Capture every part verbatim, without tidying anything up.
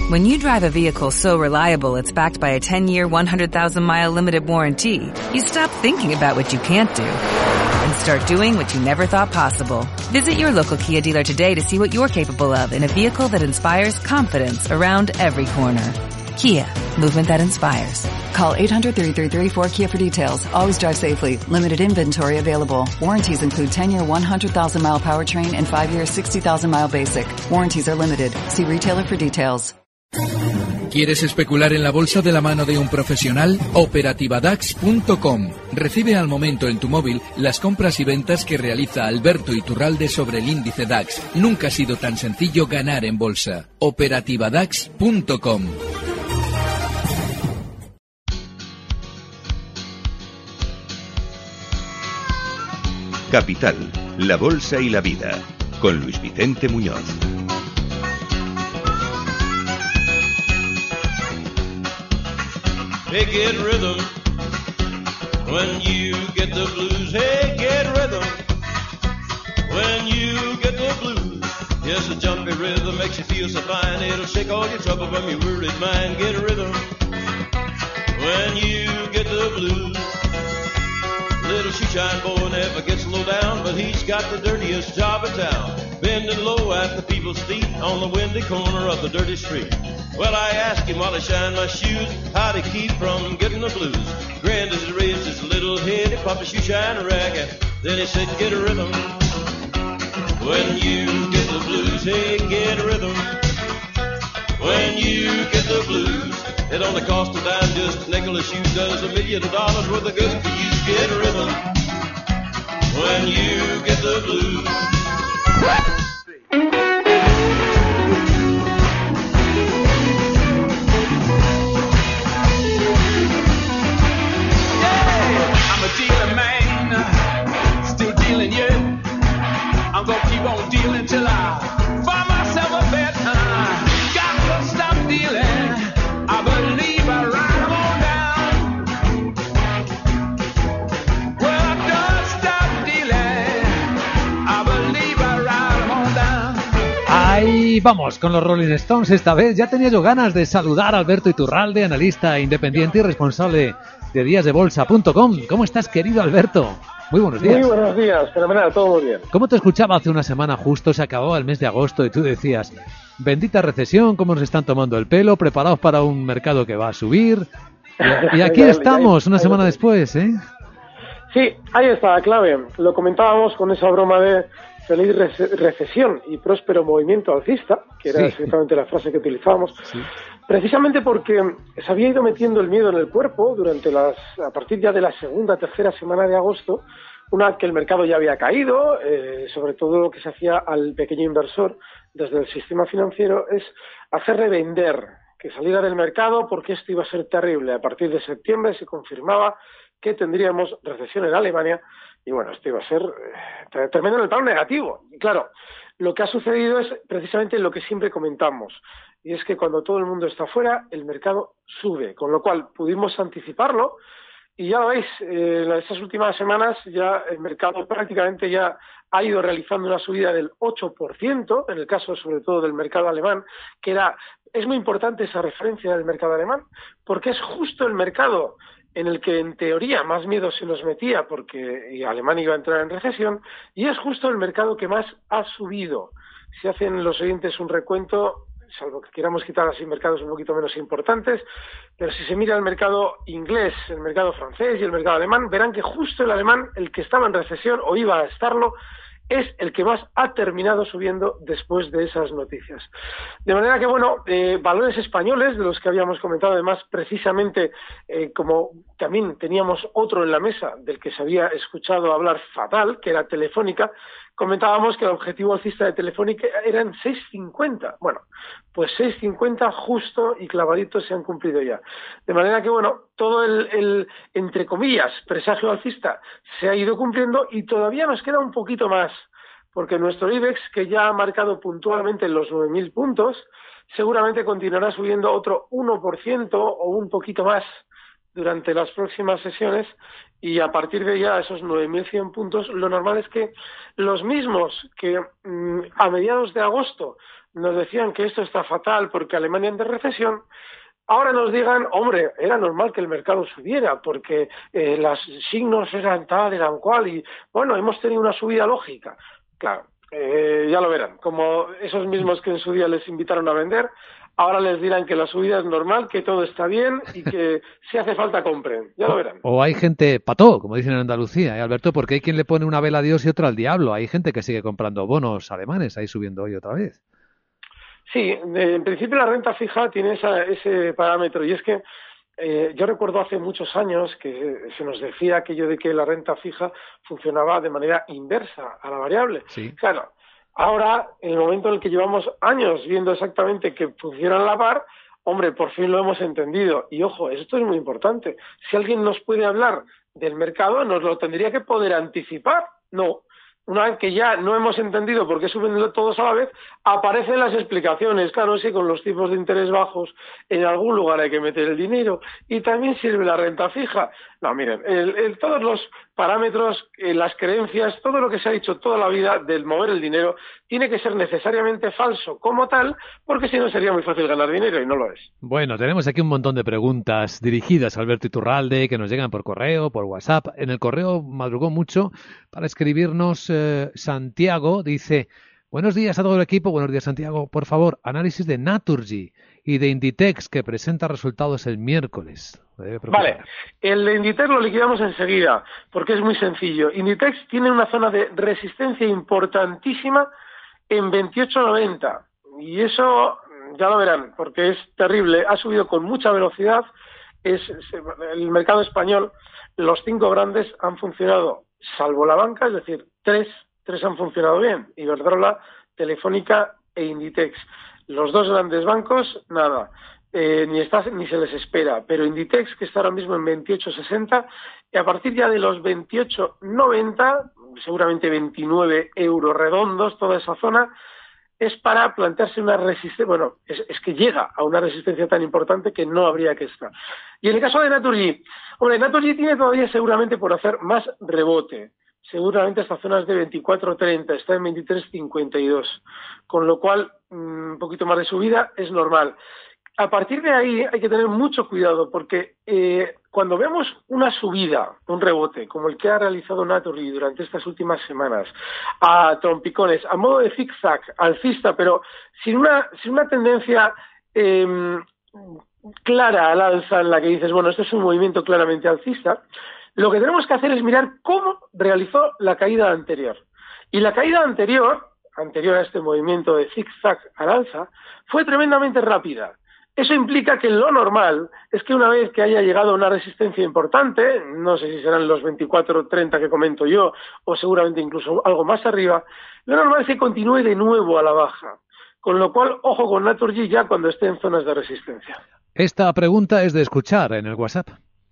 When you drive a vehicle so reliable it's backed by a ten-year, one hundred thousand mile limited warranty, you stop thinking about what you can't do and start doing what you never thought possible. Visit your local Kia dealer today to see what you're capable of in a vehicle that inspires confidence around every corner. Kia, movement that inspires. Call eight hundred, three three three, four Kia for details. Always drive safely. Limited inventory available. Warranties include ten-year, one hundred thousand mile powertrain and five-year, sixty thousand mile basic. Warranties are limited. See retailer for details. ¿Quieres especular en la bolsa de la mano de un profesional? operativa dax punto com. Recibe al momento en tu móvil las compras y ventas que realiza Alberto Iturralde sobre el índice DAX. Nunca ha sido tan sencillo ganar en bolsa. operativa dax punto com. Capital, la bolsa y la vida, con Luis Vicente Muñoz. Hey, get rhythm when you get the blues. Hey, get rhythm when you get the blues. Yes, a jumpy rhythm makes you feel so fine. It'll shake all your trouble from your worried mind. Get rhythm when you get the blues. Little shoeshine boy never gets low down, but he's got the dirtiest job in town, bending low at the people's feet on the windy corner of the dirty street. Well, I asked him while I shined my shoes how to keep from getting the blues. Grinned as he raised his little head, he popped a shoeshine rag, and then he said, get a rhythm when you get the blues. Hey, get a rhythm when you get the blues. It only costs a dime, just a nickel. A shoe does a million dollars worth of good for you. Get a rhythm when you get the blues. Yeah, I'm a dealing man, still dealing yet. I'm gonna keep on dealing till I find myself a bet. Uh, got to stop dealing. I believe I write 'em on down. Well, I don't stop dealing. I believe I write 'em on down. Ahí vamos con los Rolling Stones esta vez. Ya tenía yo ganas de saludar a Alberto Iturralde, analista independiente y responsable de días de bolsa punto com. ¿Cómo estás, querido Alberto? Muy buenos días. Muy buenos días, fenomenal, todo muy bien. ¿Cómo te escuchaba hace una semana justo? Se acababa el mes de agosto y tú decías, bendita recesión, cómo nos están tomando el pelo, preparados para un mercado que va a subir. Y, y aquí estamos, una semana después, ¿eh? Sí, ahí está la clave. Lo comentábamos con esa broma de feliz rece- recesión y próspero movimiento alcista, que era sí. exactamente la frase que utilizábamos, sí. Precisamente porque se había ido metiendo el miedo en el cuerpo durante las, a partir ya de la segunda, tercera semana de agosto, una vez que el mercado ya había caído, eh, sobre todo lo que se hacía al pequeño inversor desde el sistema financiero es hacerle vender, que saliera del mercado porque esto iba a ser terrible. A partir de septiembre se confirmaba que tendríamos recesión en Alemania y bueno, esto iba a ser eh, tremendo en el plano negativo. Y claro, lo que ha sucedido es precisamente lo que siempre comentamos, y es que cuando todo el mundo está fuera, el mercado sube, con lo cual pudimos anticiparlo, y ya lo veis, eh, en estas últimas semanas ya el mercado prácticamente ya ha ido realizando una subida del ocho por ciento, en el caso sobre todo del mercado alemán, que era, es muy importante esa referencia del mercado alemán, porque es justo el mercado en el que en teoría más miedo se nos metía porque Alemania iba a entrar en recesión, y es justo el mercado que más ha subido. Si hacen los oyentes un recuento, salvo que queramos quitar así mercados un poquito menos importantes, pero si se mira el mercado inglés, el mercado francés y el mercado alemán, verán que justo el alemán, el que estaba en recesión o iba a estarlo, es el que más ha terminado subiendo después de esas noticias. De manera que, bueno, eh, valores españoles, de los que habíamos comentado, además, precisamente, eh, como también teníamos otro en la mesa, del que se había escuchado hablar fatal, que era Telefónica, comentábamos que el objetivo alcista de Telefónica eran seis cincuenta. Bueno, pues seis cincuenta justo y clavadito se han cumplido ya. De manera que, bueno, todo el, el, entre comillas, presagio alcista se ha ido cumpliendo y todavía nos queda un poquito más, porque nuestro IBEX, que ya ha marcado puntualmente los nueve mil puntos, seguramente continuará subiendo otro uno por ciento o un poquito más durante las próximas sesiones y a partir de ya esos nueve mil cien puntos, lo normal es que los mismos que mmm, a mediados de agosto nos decían que esto está fatal porque Alemania entra en recesión, ahora nos digan, hombre, era normal que el mercado subiera porque eh, los signos eran tal, eran cual y bueno, hemos tenido una subida lógica. Claro, eh, ya lo verán, como esos mismos que en su día les invitaron a vender, ahora les dirán que la subida es normal, que todo está bien y que si hace falta compren. Ya lo verán. O hay gente pató, como dicen en Andalucía, ¿eh, Alberto? Porque hay quien le pone una vela a Dios y otra al diablo. Hay gente que sigue comprando bonos alemanes, ahí subiendo hoy otra vez. Sí, en principio la renta fija tiene esa, ese parámetro y es que eh, yo recuerdo hace muchos años que se nos decía aquello de que la renta fija funcionaba de manera inversa a la variable. Sí. Claro. Ahora, en el momento en el que llevamos años viendo exactamente que funciona a la par, hombre, por fin lo hemos entendido. Y ojo, esto es muy importante. Si alguien nos puede hablar del mercado, nos lo tendría que poder anticipar. No. Una vez que ya no hemos entendido por qué suben todos a la vez, aparecen las explicaciones. Claro, sí, con los tipos de interés bajos, en algún lugar hay que meter el dinero. Y también sirve la renta fija. No, miren, el, el, todos los parámetros, eh, las creencias, todo lo que se ha dicho toda la vida del mover el dinero, tiene que ser necesariamente falso como tal, porque si no sería muy fácil ganar dinero y no lo es. Bueno, tenemos aquí un montón de preguntas dirigidas a Alberto Iturralde que nos llegan por correo, por WhatsApp. En el correo madrugó mucho para escribirnos eh, Santiago, dice: buenos días a todo el equipo, buenos días Santiago, por favor, análisis de Naturgy y de Inditex que presenta resultados el miércoles. Vale, el de Inditex lo liquidamos enseguida, porque es muy sencillo. Inditex tiene una zona de resistencia importantísima en veintiocho noventa, y eso ya lo verán, porque es terrible, ha subido con mucha velocidad, es, es el mercado español, los cinco grandes han funcionado, salvo la banca, es decir, tres, tres han funcionado bien, Iberdrola, Telefónica e Inditex. Los dos grandes bancos, nada. Eh, ni está ni se les espera, pero Inditex, que está ahora mismo en veintiocho sesenta, y a partir ya de los veintiocho noventa, seguramente veintinueve euros redondos, toda esa zona, es para plantearse una resistencia, bueno, es, es que llega a una resistencia tan importante que no habría que estar. Y en el caso de Naturgy, hombre, Naturgy tiene todavía seguramente por hacer más rebote. Seguramente estas zonas de veinticuatro treinta, está en veintitrés cincuenta y dos, con lo cual un poquito más de subida es normal. A partir de ahí hay que tener mucho cuidado porque eh, cuando vemos una subida, un rebote, como el que ha realizado Naturgy durante estas últimas semanas, a trompicones, a modo de zigzag, alcista, pero sin una, sin una tendencia eh, clara al alza en la que dices, bueno, esto es un movimiento claramente alcista, lo que tenemos que hacer es mirar cómo realizó la caída anterior. Y la caída anterior, anterior a este movimiento de zigzag al alza, fue tremendamente rápida. Eso implica que lo normal es que una vez que haya llegado a una resistencia importante, no sé si serán los veinticuatro treinta que comento yo, o seguramente incluso algo más arriba, lo normal es que continúe de nuevo a la baja. Con lo cual, ojo con Naturgy ya cuando esté en zonas de resistencia. Esta pregunta es de escuchar en el WhatsApp.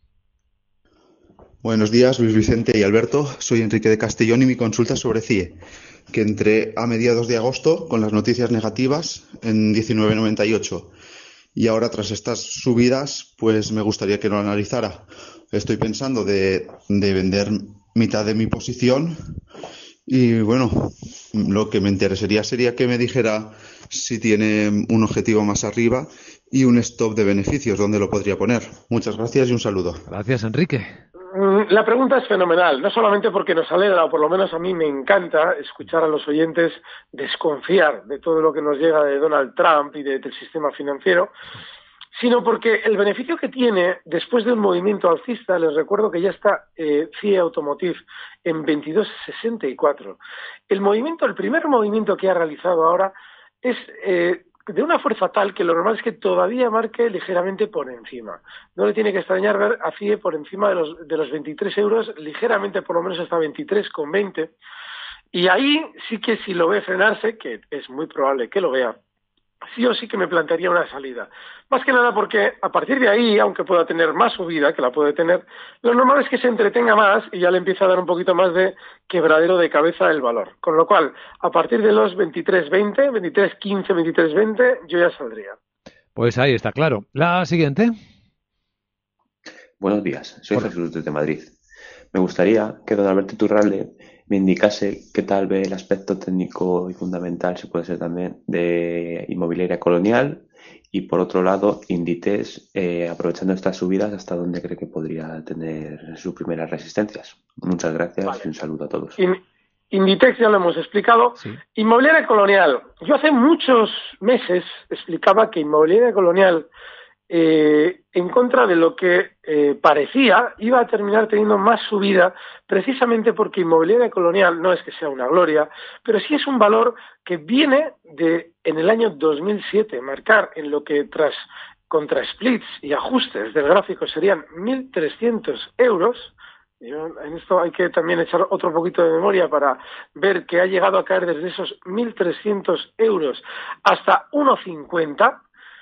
Buenos días, Luis Vicente y Alberto. Soy Enrique de Castellón y mi consulta es sobre C I E, que entré a mediados de agosto con las noticias negativas en diecinueve noventa y ocho. Y ahora, tras estas subidas, pues me gustaría que lo analizara. Estoy pensando de, de vender mitad de mi posición y, bueno, lo que me interesaría sería que me dijera si tiene un objetivo más arriba y un stop de beneficios, ¿dónde lo podría poner? Muchas gracias y un saludo. Gracias, Enrique. La pregunta es fenomenal, no solamente porque nos alegra, o por lo menos a mí me encanta escuchar a los oyentes desconfiar de todo lo que nos llega de Donald Trump y de, del sistema financiero, sino porque el beneficio que tiene después de un movimiento alcista, les recuerdo que ya está eh, C I E Automotive en veintidós sesenta y cuatro. El movimiento, el primer movimiento que ha realizado ahora es eh, de una fuerza tal que lo normal es que todavía marque ligeramente por encima. No le tiene que extrañar ver a C I E por encima de los, de los veintitrés euros, ligeramente por lo menos hasta veintitrés con veinte. Y ahí sí que si lo ve frenarse, que es muy probable que lo vea, sí o sí que me plantearía una salida. Más que nada porque a partir de ahí, aunque pueda tener más subida, que la puede tener, lo normal es que se entretenga más y ya le empieza a dar un poquito más de quebradero de cabeza el valor. Con lo cual, a partir de los veintitrés veinte, veintitrés quince, veintitrés veinte, yo ya saldría. Pues ahí está claro. La siguiente. Buenos días, soy Hola. Jesús desde Madrid. Me gustaría que don Alberto Iturralde me indicase qué tal ve el aspecto técnico y fundamental, si puede ser también, de Inmobiliaria Colonial y, por otro lado, Inditex, eh, aprovechando estas subidas, ¿hasta dónde cree que podría tener sus primeras resistencias? Muchas gracias vale. y un saludo a todos. In- Inditex ya lo hemos explicado. Sí. Inmobiliaria Colonial. Yo hace muchos meses explicaba que Inmobiliaria Colonial, eh, en contra de lo que eh, parecía, iba a terminar teniendo más subida, precisamente porque Inmobiliaria Colonial no es que sea una gloria, pero sí es un valor que viene de, en el año dos mil siete, marcar en lo que tras contra splits y ajustes del gráfico serían mil trescientos euros. Yo, en esto hay que también echar otro poquito de memoria para ver que ha llegado a caer desde esos mil trescientos euros hasta uno cincuenta.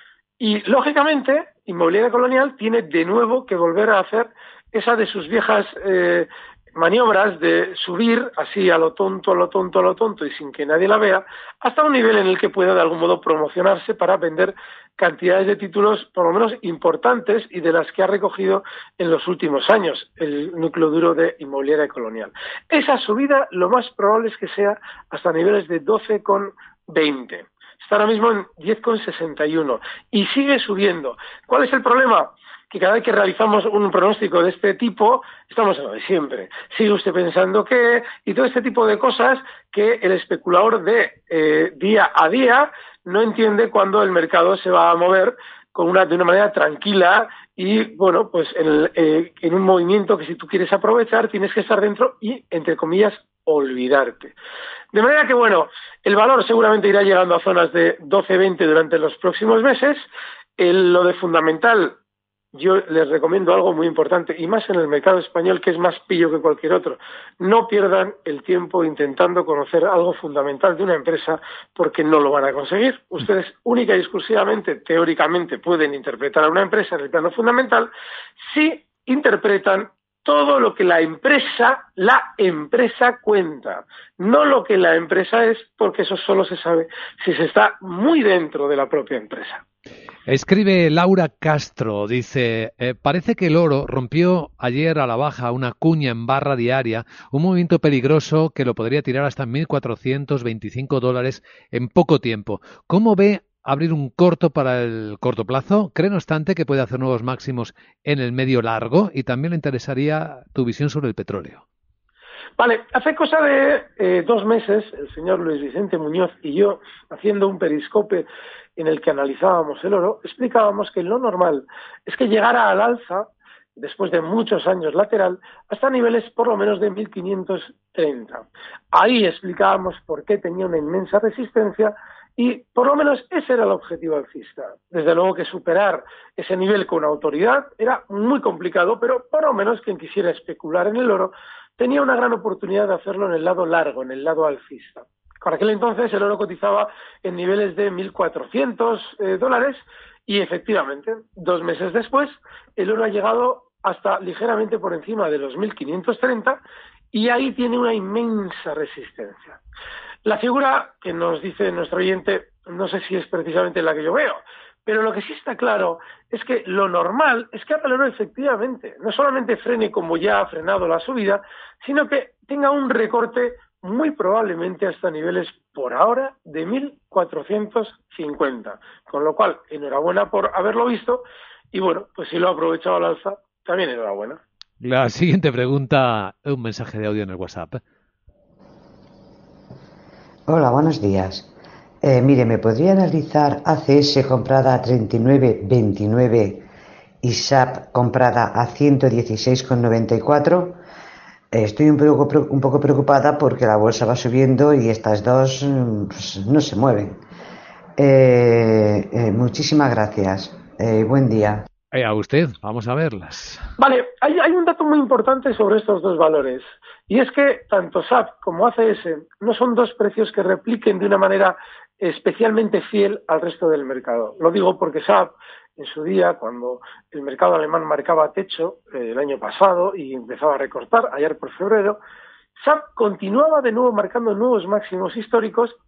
Y, lógicamente, Inmobiliaria Colonial tiene de nuevo que volver a hacer esa de sus viejas eh, maniobras de subir así a lo tonto, a lo tonto, a lo tonto y sin que nadie la vea, hasta un nivel en el que pueda de algún modo promocionarse para vender cantidades de títulos por lo menos importantes y de las que ha recogido en los últimos años el núcleo duro de Inmobiliaria Colonial. Esa subida lo más probable es que sea hasta niveles de doce coma veinte. Está ahora mismo en diez coma sesenta y uno y sigue subiendo. ¿Cuál es el problema? Que cada vez que realizamos un pronóstico de este tipo, estamos en lo de siempre. Sigue usted pensando que, y todo este tipo de cosas que el especulador de eh, día a día no entiende cuándo el mercado se va a mover con una, de una manera tranquila y, bueno, pues en, el, eh, en un movimiento que si tú quieres aprovechar tienes que estar dentro y, entre comillas, olvidarte. De manera que, bueno, el valor seguramente irá llegando a zonas de doce veinte durante los próximos meses. El, lo de fundamental, yo les recomiendo algo muy importante, y más en el mercado español, que es más pillo que cualquier otro. No pierdan el tiempo intentando conocer algo fundamental de una empresa, porque no lo van a conseguir. Ustedes única y exclusivamente, teóricamente, pueden interpretar a una empresa en el plano fundamental si interpretan todo lo que la empresa, la empresa cuenta, no lo que la empresa es, porque eso solo se sabe si se está muy dentro de la propia empresa. Escribe Laura Castro, dice, eh, parece que el oro rompió ayer a la baja una cuña en barra diaria, un movimiento peligroso que lo podría tirar hasta mil cuatrocientos veinticinco dólares en poco tiempo. ¿Cómo ve abrir un corto para el corto plazo? ¿Cree, no obstante, que puede hacer nuevos máximos en el medio largo? Y también le interesaría tu visión sobre el petróleo. Vale, hace cosa de eh, dos meses, el señor Luis Vicente Muñoz y yo, haciendo un periscope en el que analizábamos el oro, explicábamos que lo normal es que llegara al alza, después de muchos años lateral, hasta niveles por lo menos de mil quinientos treinta. Ahí explicábamos por qué tenía una inmensa resistencia y por lo menos ese era el objetivo alcista. Desde luego que superar ese nivel con autoridad era muy complicado, pero por lo menos quien quisiera especular en el oro tenía una gran oportunidad de hacerlo en el lado largo, en el lado alcista. Por aquel entonces el oro cotizaba en niveles de mil cuatrocientos eh, dólares y efectivamente, dos meses después, el oro ha llegado hasta ligeramente por encima de los mil quinientos treinta y ahí tiene una inmensa resistencia. La figura que nos dice nuestro oyente, no sé si es precisamente la que yo veo, pero lo que sí está claro es que lo normal es que el oro efectivamente no solamente frene como ya ha frenado la subida, sino que tenga un recorte muy probablemente hasta niveles por ahora de mil cuatrocientos cincuenta. Con lo cual, enhorabuena por haberlo visto y bueno, pues si lo ha aprovechado al alza, también enhorabuena. La siguiente pregunta, un mensaje de audio en el WhatsApp. Hola, buenos días. Eh, mire, ¿me podría analizar A C S comprada a treinta y nueve veintinueve y S A P comprada a ciento dieciséis noventa y cuatro? Eh, estoy un poco, un poco preocupada porque la bolsa va subiendo y estas dos pues, no se mueven. Eh, eh, muchísimas gracias. Eh, buen día. Eh, a usted, vamos a verlas. Vale, hay, hay un dato muy importante sobre estos dos valores, y es que tanto S A P como A C S no son dos precios que repliquen de una manera especialmente fiel al resto del mercado. Lo digo porque S A P, en su día, cuando el mercado alemán marcaba techo eh, el año pasado y empezaba a recortar, ayer por febrero, S A P continuaba de nuevo marcando nuevos máximos históricos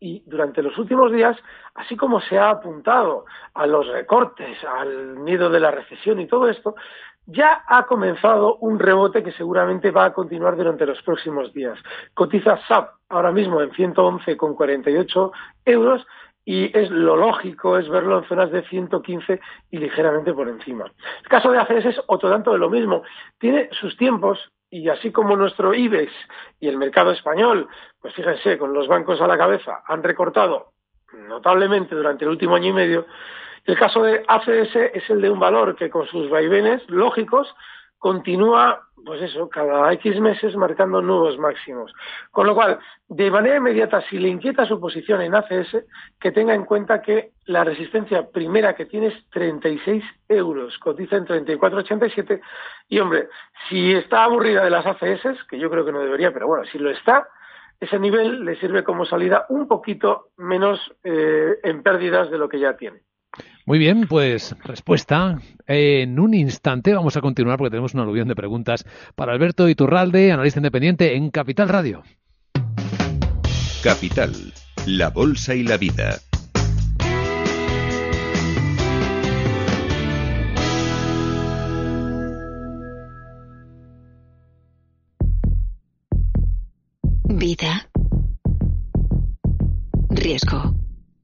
y durante los últimos días, así como se ha apuntado a los recortes, al miedo de la recesión y todo esto, ya ha comenzado un rebote que seguramente va a continuar durante los próximos días. Cotiza S A P ahora mismo en ciento once con cuarenta y ocho euros y es lo lógico, es verlo en zonas de ciento quince y ligeramente por encima. El caso de A C S es otro tanto de lo mismo. Tiene sus tiempos y así como nuestro IBEX y el mercado español, pues fíjense, con los bancos a la cabeza, han recortado notablemente durante el último año y medio. El caso de A C S es el de un valor que con sus vaivenes lógicos continúa, pues eso, cada X meses marcando nuevos máximos. Con lo cual, de manera inmediata, si le inquieta su posición en A C S, que tenga en cuenta que la resistencia primera que tiene es treinta y seis euros, cotiza en treinta y cuatro ochenta y siete, y hombre, si está aburrida de las A C S, que yo creo que no debería, pero bueno, si lo está, ese nivel le sirve como salida un poquito menos eh, en pérdidas de lo que ya tiene. Muy bien, pues respuesta. En un instante vamos a continuar porque tenemos un aluvión de preguntas para Alberto Iturralde, analista independiente en Capital Radio. Capital, la bolsa y la vida. Vida. Riesgo.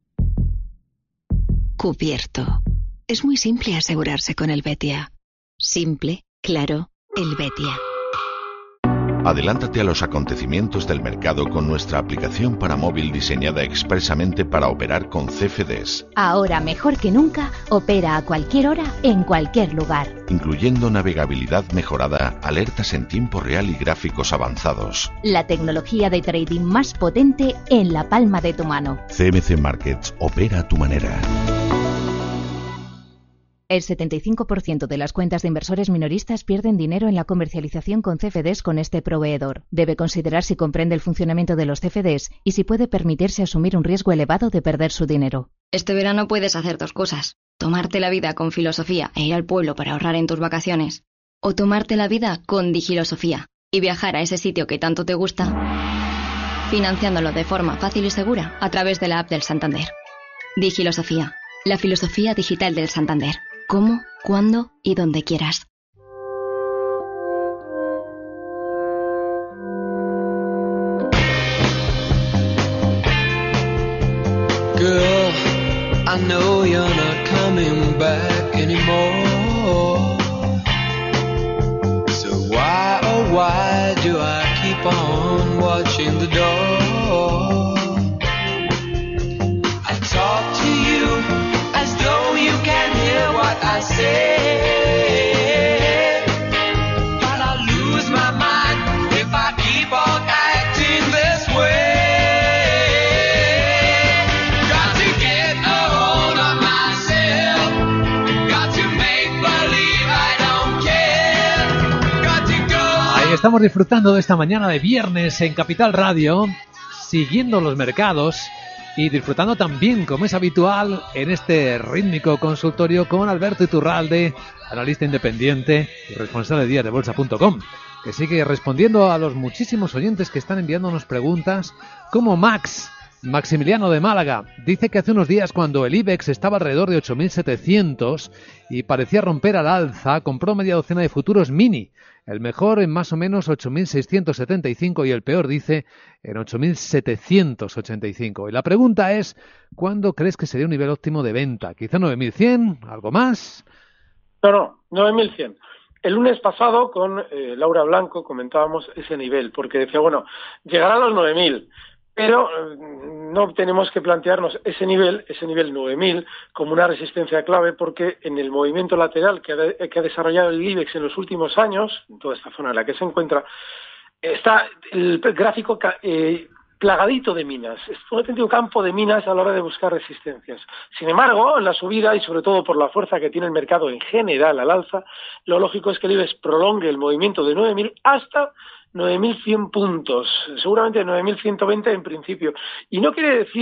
Cubierto. Es muy simple asegurarse con el Betia. Simple, claro, el Betia. Adelántate a los acontecimientos del mercado con nuestra aplicación para móvil diseñada expresamente para operar con C F Ds. Ahora mejor que nunca, opera a cualquier hora, en cualquier lugar. Incluyendo navegabilidad mejorada, alertas en tiempo real y gráficos avanzados. La tecnología de trading más potente en la palma de tu mano. C M C Markets, opera a tu manera. El setenta y cinco por ciento de las cuentas de inversores minoristas pierden dinero en la comercialización con C F Ds con este proveedor. Debe considerar si comprende el funcionamiento de los C F Ds y si puede permitirse asumir un riesgo elevado de perder su dinero. Este verano puedes hacer dos cosas. Tomarte la vida con filosofía e ir al pueblo para ahorrar en tus vacaciones. O tomarte la vida con digilosofía y viajar a ese sitio que tanto te gusta, financiándolo de forma fácil y segura a través de la app del Santander. Digilosofía, la filosofía digital del Santander. Cómo, cuándo y donde quieras. Girl, I know you're not coming back anymore. So why, oh why do I keep on watching the door? I talk to you as though you can hear what I say, but I lose my mind if I keep on acting this way. Got to get a hold of myself, got to make believe I don't care, got to go. Ahí estamos disfrutando de esta mañana de viernes en Capital Radio, siguiendo los mercados y disfrutando también, como es habitual, en este rítmico consultorio con Alberto Iturralde, analista independiente y responsable de días de bolsa punto com, que sigue respondiendo a los muchísimos oyentes que están enviándonos preguntas, como Max, Maximiliano de Málaga. Dice que hace unos días, cuando el IBEX estaba alrededor de ocho mil setecientos y parecía romper al alza, compró media docena de futuros mini. El mejor en más o menos ocho mil seiscientos setenta y cinco y el peor, dice, en ocho mil setecientos ochenta y cinco. Y la pregunta es, ¿cuándo crees que sería un nivel óptimo de venta? ¿Quizá nueve mil cien? ¿Algo más? No, no, nueve mil cien. El lunes pasado con eh, Laura Blanco comentábamos ese nivel, porque decía, bueno, llegará a los nueve mil. Pero no tenemos que plantearnos ese nivel, ese nivel nueve mil, como una resistencia clave, porque en el movimiento lateral que ha, de, que ha desarrollado el IBEX en los últimos años, en toda esta zona en la que se encuentra, está el gráfico eh, plagadito de minas. Es un auténtico campo de minas a la hora de buscar resistencias. Sin embargo, en la subida, y sobre todo por la fuerza que tiene el mercado en general al alza, lo lógico es que el IBEX prolongue el movimiento de nueve mil hasta nueve mil cien puntos, seguramente nueve mil ciento veinte en principio. Y no quiere decir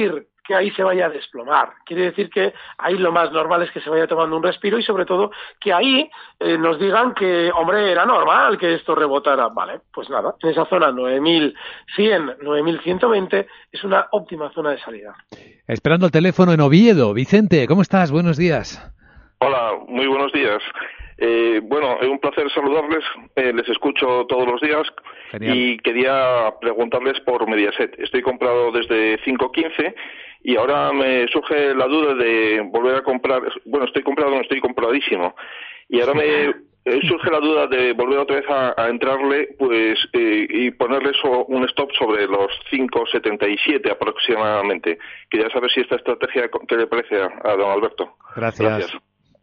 que ahí se vaya a desplomar. Quiere decir que ahí lo más normal es que se vaya tomando un respiro y sobre todo que ahí eh, nos digan que, hombre, era normal que esto rebotara. Vale, pues nada, en esa zona nueve mil cien, nueve mil ciento veinte es una óptima zona de salida. Esperando el teléfono en Oviedo. Vicente, ¿cómo estás? Buenos días. Hola, muy buenos días. Eh, bueno, es un placer saludarles, eh, les escucho todos los días. Genial. Y quería preguntarles por Mediaset. Estoy comprado desde cinco quince y ahora me surge la duda de volver a comprar. Bueno, estoy comprado, no estoy compradísimo. Y ahora me surge la duda de volver otra vez a, a entrarle, pues, eh, y ponerle so, un stop sobre los cinco setenta y siete aproximadamente. Quería saber si esta estrategia, ¿qué le parece a, a don Alberto? Gracias. Gracias.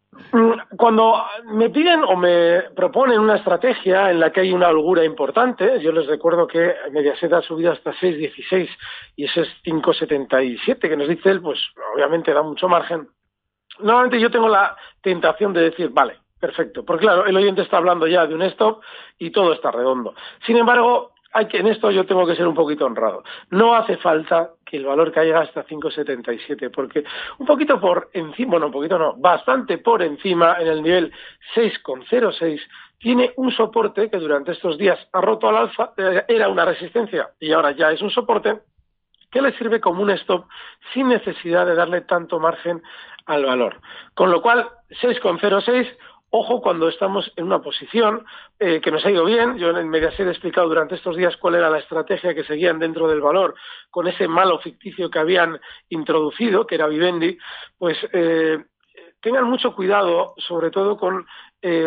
Cuando me piden o me proponen una estrategia en la que hay una holgura importante, yo les recuerdo que Mediaset ha subido hasta seis dieciséis y ese es cinco setenta y siete que nos dice él, pues obviamente da mucho margen. Normalmente yo tengo la tentación de decir, vale, perfecto, porque claro, el oyente está hablando ya de un stop y todo está redondo. Sin embargo, hay que en esto yo tengo que ser un poquito honrado. No hace falta que el valor caiga hasta cinco setenta y siete, porque un poquito por encima, bueno, un poquito no, bastante por encima, en el nivel seis coma cero seis, tiene un soporte que durante estos días ha roto al alza, era una resistencia y ahora ya es un soporte que le sirve como un stop sin necesidad de darle tanto margen al valor. Con lo cual, seis coma cero seis, ojo cuando estamos en una posición eh, que nos ha ido bien. Yo en Mediaset he explicado durante estos días cuál era la estrategia que seguían dentro del valor con ese malo ficticio que habían introducido, que era Vivendi. Pues eh, tengan mucho cuidado, sobre todo con eh,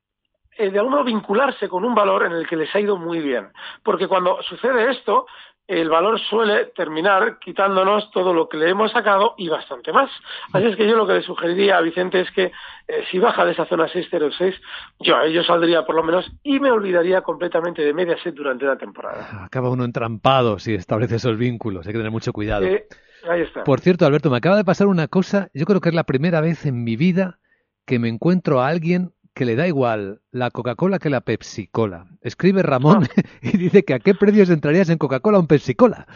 eh, de algún modo vincularse con un valor en el que les ha ido muy bien. Porque cuando sucede esto, el valor suele terminar quitándonos todo lo que le hemos sacado y bastante más. Así es que yo lo que le sugeriría a Vicente es que eh, si baja de esa zona seis cero seis, yo, yo saldría por lo menos y me olvidaría completamente de Mediaset durante la temporada. Acaba uno entrampado si establece esos vínculos, hay que tener mucho cuidado. Eh, ahí está. Por cierto, Alberto, me acaba de pasar una cosa, yo creo que es la primera vez en mi vida que me encuentro a alguien que le da igual la Coca-Cola que la Pepsi-Cola. Escribe Ramón ah. y dice que a qué precios entrarías en Coca-Cola o en Pepsi-Cola.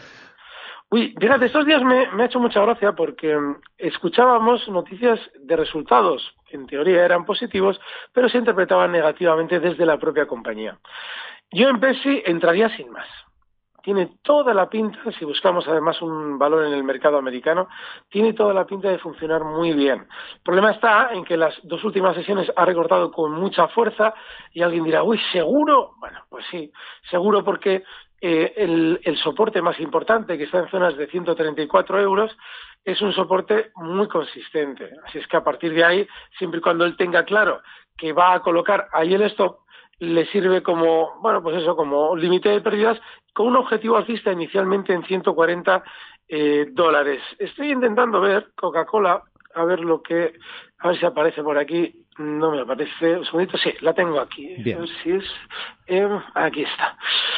Uy, fíjate, estos días me, me ha hecho mucha gracia porque um, escuchábamos noticias de resultados que en teoría eran positivos, pero se interpretaban negativamente desde la propia compañía. Yo en Pepsi entraría sin más. Tiene toda la pinta, si buscamos además un valor en el mercado americano, tiene toda la pinta de funcionar muy bien. El problema está en que las dos últimas sesiones ha recortado con mucha fuerza y alguien dirá, uy, ¿seguro? Bueno, pues sí, seguro porque eh, el, el soporte más importante, que está en zonas de ciento treinta y cuatro euros, es un soporte muy consistente. Así es que a partir de ahí, siempre y cuando él tenga claro que va a colocar ahí el stop, le sirve como, bueno, pues eso, como límite de pérdidas, con un objetivo alcista inicialmente en ciento cuarenta eh, dólares. Estoy intentando ver Coca-Cola, a ver lo que, a ver si aparece por aquí. No me aparece, un segundito, sí, la tengo aquí. Bien. A ver si es, eh, aquí está.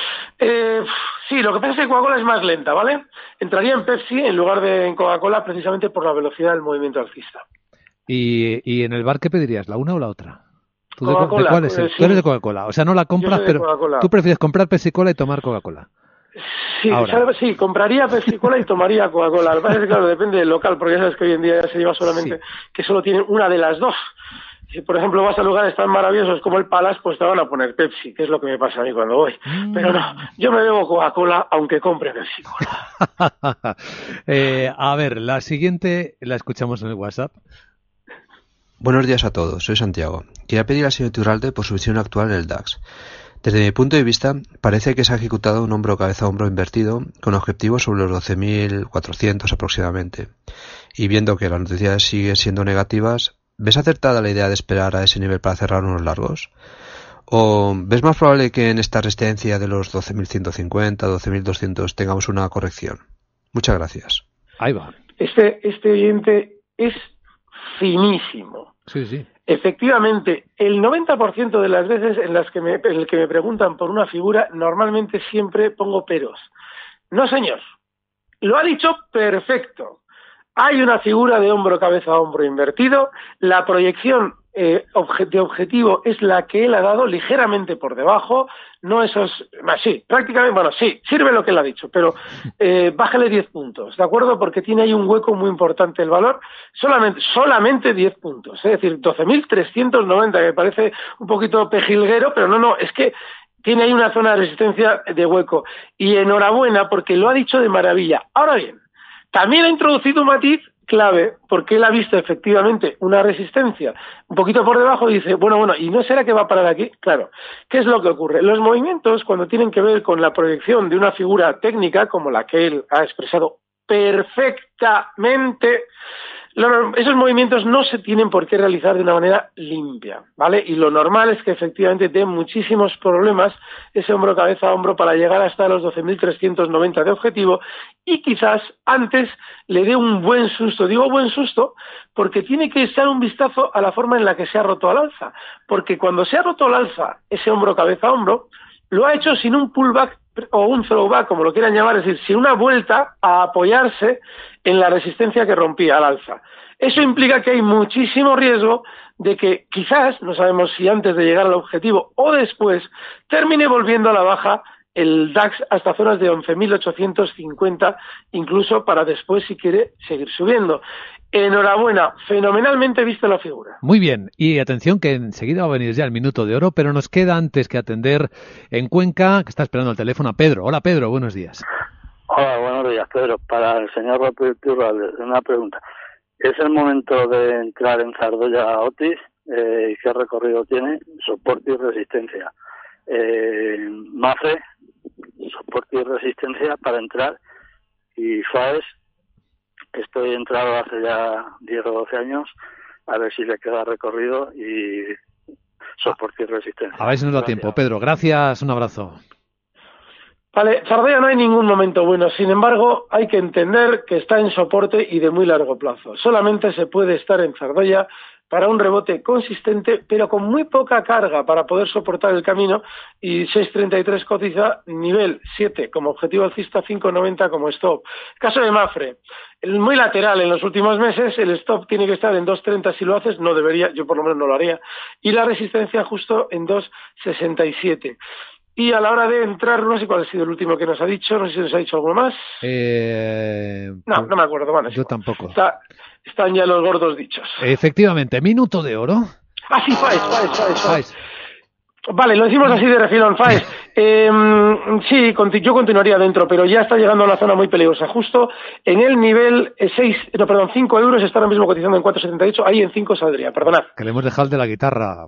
Eh, sí, lo que pasa es que Coca-Cola es más lenta, ¿vale? Entraría en Pepsi en lugar de en Coca-Cola precisamente por la velocidad del movimiento alcista. ¿Y, y en el bar qué pedirías, la una o la otra? ¿Tú de, de cuál es? Eh, sí. Tú eres de Coca-Cola. O sea, no la compras, pero tú prefieres comprar Pepsi-Cola y tomar Coca-Cola. Sí, ¿sabes? Sí, compraría Pepsi-Cola y tomaría Coca-Cola. Lo que pasa es que, claro, depende del local, porque ya sabes que hoy en día ya se lleva solamente, sí, que solo tienen una de las dos. Si, por ejemplo, vas a lugares tan maravillosos como el Palace, pues te van a poner Pepsi, que es lo que me pasa a mí cuando voy. Mm. Pero no, yo me bebo Coca-Cola aunque compre Pepsi-Cola. eh, a ver, la siguiente la escuchamos en el WhatsApp. Buenos días a todos, soy Santiago. Quería pedir al señor Iturralde por su visión actual en el DAX. Desde mi punto de vista, parece que se ha ejecutado un hombro cabeza a hombro invertido con objetivos sobre los doce mil cuatrocientos aproximadamente. Y viendo que las noticias siguen siendo negativas, ¿ves acertada la idea de esperar a ese nivel para cerrar unos largos? ¿O ves más probable que en esta resistencia de los doce mil ciento cincuenta, doce mil doscientos tengamos una corrección? Muchas gracias. Ahí va. Este, este oyente es finísimo. Sí, sí. Efectivamente, el noventa por ciento de las veces en las que me, en el que me preguntan por una figura, normalmente siempre pongo peros. No, señor. Lo ha dicho perfecto. Hay una figura de hombro, cabeza, hombro invertido. La proyección eh, obje, de objetivo es la que él ha dado, ligeramente por debajo, no esos, ah, sí, prácticamente, bueno, sí, sirve lo que él ha dicho, pero eh, bájale diez puntos, ¿de acuerdo? Porque tiene ahí un hueco muy importante el valor, solamente solamente diez puntos, es decir, doce mil trescientos noventa, que parece un poquito pejilguero, pero no, no, es que tiene ahí una zona de resistencia de hueco, y enhorabuena porque lo ha dicho de maravilla. Ahora bien, también ha introducido un matiz clave, porque él ha visto efectivamente una resistencia un poquito por debajo y dice, bueno, bueno, ¿y no será que va a parar aquí? Claro, ¿qué es lo que ocurre? Los movimientos, cuando tienen que ver con la proyección de una figura técnica, como la que él ha expresado perfectamente, esos movimientos no se tienen por qué realizar de una manera limpia, ¿vale? Y lo normal es que efectivamente dé muchísimos problemas ese hombro cabeza a hombro para llegar hasta los doce mil trescientos noventa de objetivo y quizás antes le dé un buen susto. Digo buen susto porque tiene que echar un vistazo a la forma en la que se ha roto al alza, porque cuando se ha roto al alza ese hombro cabeza a hombro, lo ha hecho sin un pullback o un throwback, como lo quieran llamar, es decir, sin una vuelta a apoyarse en la resistencia que rompía al alza. Eso implica que hay muchísimo riesgo de que quizás, no sabemos si antes de llegar al objetivo o después, termine volviendo a la baja el DAX hasta zonas de once mil ochocientos cincuenta, incluso para después si quiere seguir subiendo. Enhorabuena, fenomenalmente vista la figura. Muy bien, y atención que enseguida va a venir ya el minuto de oro, pero nos queda antes que atender en Cuenca, que está esperando el teléfono, a Pedro. Hola Pedro, buenos días. Hola, buenos días Pedro. Para el señor López Turralde, una pregunta. ¿Es el momento de entrar en Zardoya Otis? Eh, ¿Qué recorrido tiene? Soporte y resistencia. Eh, Mafre, soporte y resistencia para entrar. Y Faes, estoy entrado hace ya diez o doce años, a ver si le queda recorrido y soporte y resistencia. A ver si nos da Gracias. tiempo. Pedro, gracias, un abrazo. Vale, Zardoya no hay ningún momento bueno, sin embargo, hay que entender que está en soporte y de muy largo plazo. Solamente se puede estar en Zardoya para un rebote consistente, pero con muy poca carga para poder soportar el camino, y seis treinta y tres cotiza nivel siete como objetivo alcista, cinco noventa como stop. Caso de Mafre, el muy lateral en los últimos meses, el stop tiene que estar en dos treinta si lo haces, no debería, yo por lo menos no lo haría, y la resistencia justo en dos sesenta y siete. Y a la hora de entrar, no sé cuál ha sido el último que nos ha dicho, no sé si nos ha dicho alguno más. Eh, no, no me acuerdo, bueno, yo tampoco. Está, están ya los gordos dichos. Efectivamente, minuto de oro. Ah, sí, Faes, Faes, Faes, Faes. Vale, lo decimos así de refilón, Faes. Eh, sí, yo continuaría dentro, pero ya está llegando a una zona muy peligrosa. Justo en el nivel seis, no, perdón, cinco euros, está ahora mismo cotizando en cuatro setenta y ocho, ahí en cinco saldría, perdonad. Que le hemos dejado el de la guitarra.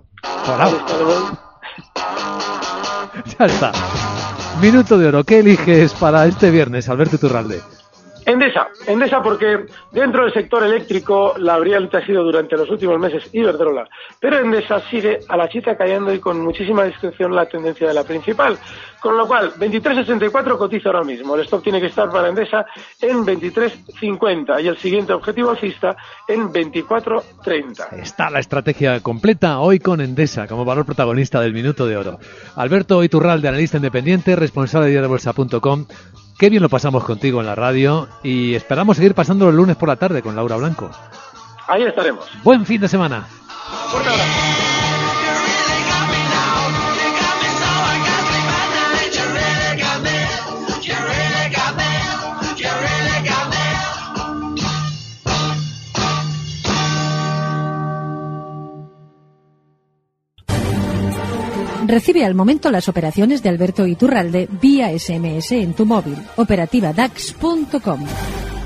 Ya está. Minuto de oro. ¿Qué eliges para este viernes, Alberto Iturralde? Endesa, Endesa porque dentro del sector eléctrico la brillante ha sido durante los últimos meses Iberdrola, pero Endesa sigue a la chita cayendo y con muchísima discreción la tendencia de la principal, con lo cual veintitrés sesenta y cuatro cotiza ahora mismo, el stop tiene que estar para Endesa en veintitrés cincuenta y el siguiente objetivo alcista en veinticuatro treinta. Está la estrategia completa hoy con Endesa como valor protagonista del minuto de oro. Alberto Iturralde, analista independiente, responsable de diario bolsa punto com. Qué bien lo pasamos contigo en la radio y esperamos seguir pasando el lunes por la tarde con Laura Blanco. Ahí estaremos. Buen fin de semana. Fuerte abrazo. Recibe al momento las operaciones de Alberto Iturralde vía ese eme ese en tu móvil. Operativa dax punto com.